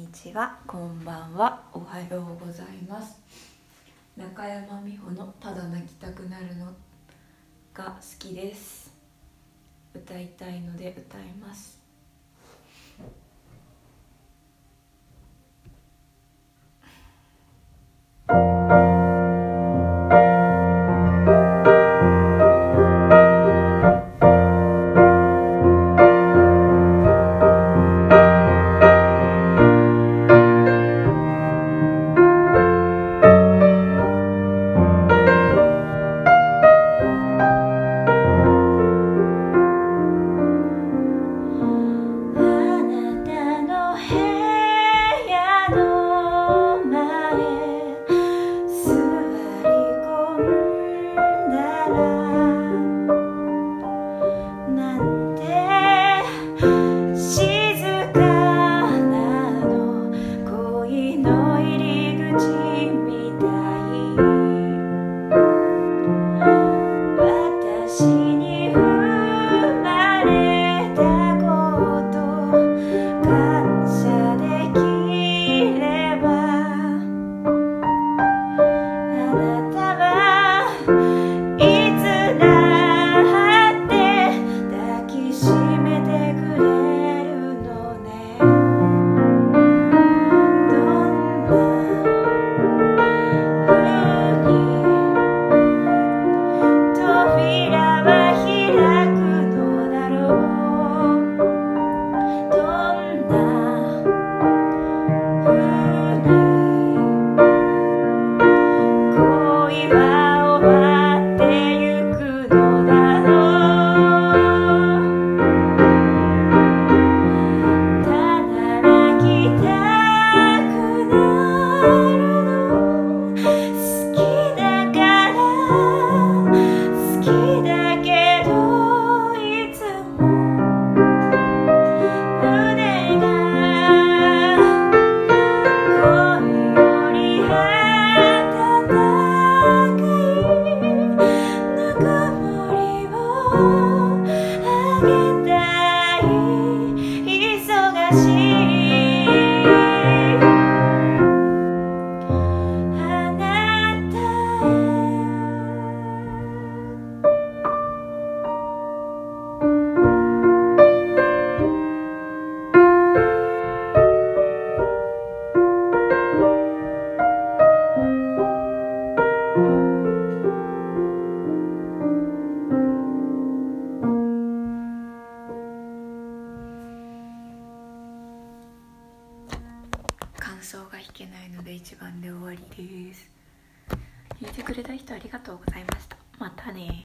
ちは、こんばんは、おはようございます。中山美穂のただ泣きたくなるのが好きです。歌いたいので歌います。感想が弾けないので1番で終わりです。聞いてくれた人ありがとうございました。またね。